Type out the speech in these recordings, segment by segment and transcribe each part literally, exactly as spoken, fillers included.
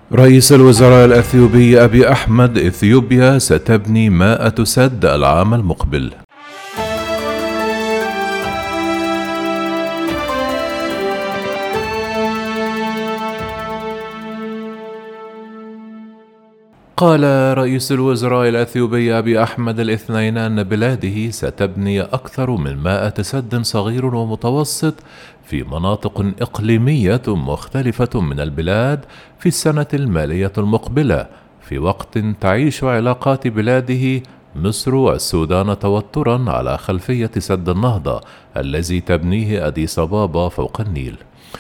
رئيس الوزراء الأثيوبي أبي أحمد: إثيوبيا ستبني مائة سد العام المقبل. قال رئيس الوزراء الأثيوبي أبي أحمد الاثنين أن بلاده ستبني أكثر من مائة سد صغير ومتوسط في مناطق إقليمية مختلفة من البلاد في السنة المالية المقبلة، في وقت تعيش علاقات بلاده مصر والسودان توترا على خلفية سد النهضة الذي تبنيه أديس أبابا فوق النيل.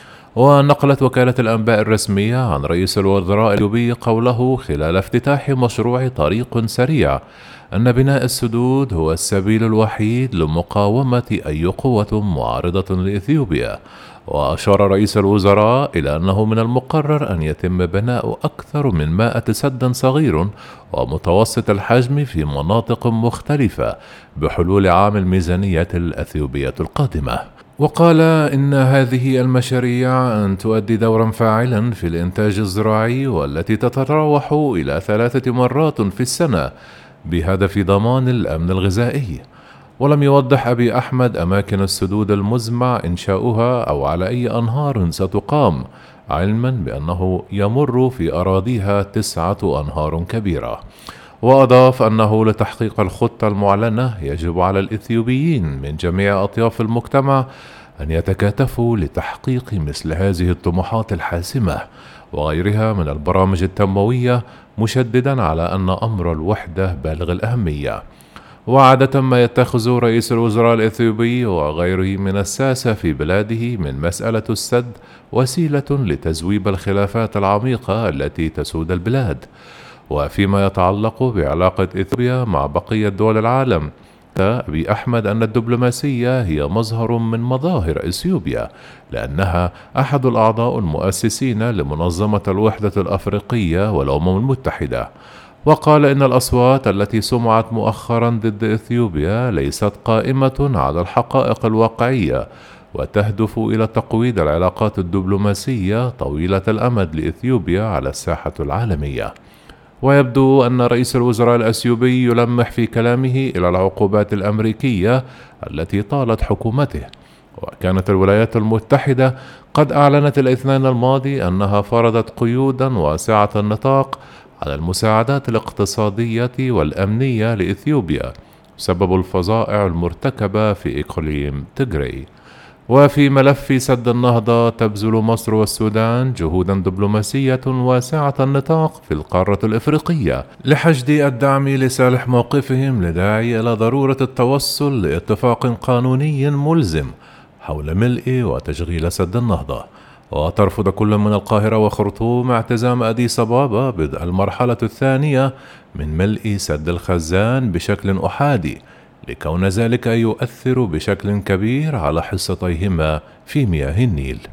ونقلت وكالة الأنباء الرسمية عن رئيس الوزراء الأثيوبي قوله خلال افتتاح مشروع طريق سريع أن بناء السدود هو السبيل الوحيد لمقاومة أي قوة معارضة لإثيوبيا. وأشار رئيس الوزراء إلى أنه من المقرر أن يتم بناء أكثر من مائة سد صغير ومتوسط الحجم في مناطق مختلفة بحلول عام الميزانية الأثيوبية القادمة. وقال إن هذه المشاريع أن تؤدي دورا فاعلا في الإنتاج الزراعي والتي تتراوح إلى ثلاثة مرات في السنة بهدف ضمان الأمن الغذائي. ولم يوضح أبي أحمد أماكن السدود المزمع إنشاؤها أو على أي أنهار ستقام، علما بأنه يمر في أراضيها تسعة أنهار كبيرة. وأضاف أنه لتحقيق الخطة المعلنة يجب على الإثيوبيين من جميع أطياف المجتمع أن يتكاتفوا لتحقيق مثل هذه الطموحات الحاسمة وغيرها من البرامج التنموية، مشددا على أن أمر الوحدة بالغ الأهمية. وعادة ما يتخذ رئيس الوزراء الإثيوبي وغيره من الساسة في بلاده من مسألة السد وسيلة لتزويب الخلافات العميقة التي تسود البلاد. وفيما يتعلق بعلاقة إثيوبيا مع بقية دول العالم، أبي أحمد أن الدبلوماسية هي مظهر من مظاهر إثيوبيا، لأنها أحد الأعضاء المؤسسين لمنظمة الوحدة الأفريقية والأمم المتحدة. وقال إن الأصوات التي سمعت مؤخرا ضد إثيوبيا ليست قائمة على الحقائق الواقعية وتهدف إلى تقويض العلاقات الدبلوماسية طويلة الأمد لإثيوبيا على الساحة العالمية. ويبدو أن رئيس الوزراء الأثيوبي يلمح في كلامه إلى العقوبات الأمريكية التي طالت حكومته. وكانت الولايات المتحدة قد أعلنت الاثنين الماضي أنها فرضت قيودا واسعة النطاق على المساعدات الاقتصادية والأمنية لإثيوبيا بسبب الفظائع المرتكبة في إقليم تيغراي. وفي ملف سد النهضة تبذل مصر والسودان جهودا دبلوماسية واسعة النطاق في القارة الإفريقية لحشد الدعم لصالح موقفهم، لداعي إلى ضرورة التوصل لاتفاق قانوني ملزم حول ملء وتشغيل سد النهضة. وترفض كل من القاهرة وخرطوم اعتزام أديس أبابا بدء المرحلة الثانية من ملء سد الخزان بشكل أحادي، لكون ذلك يؤثر بشكل كبير على حصتيهما في مياه النيل.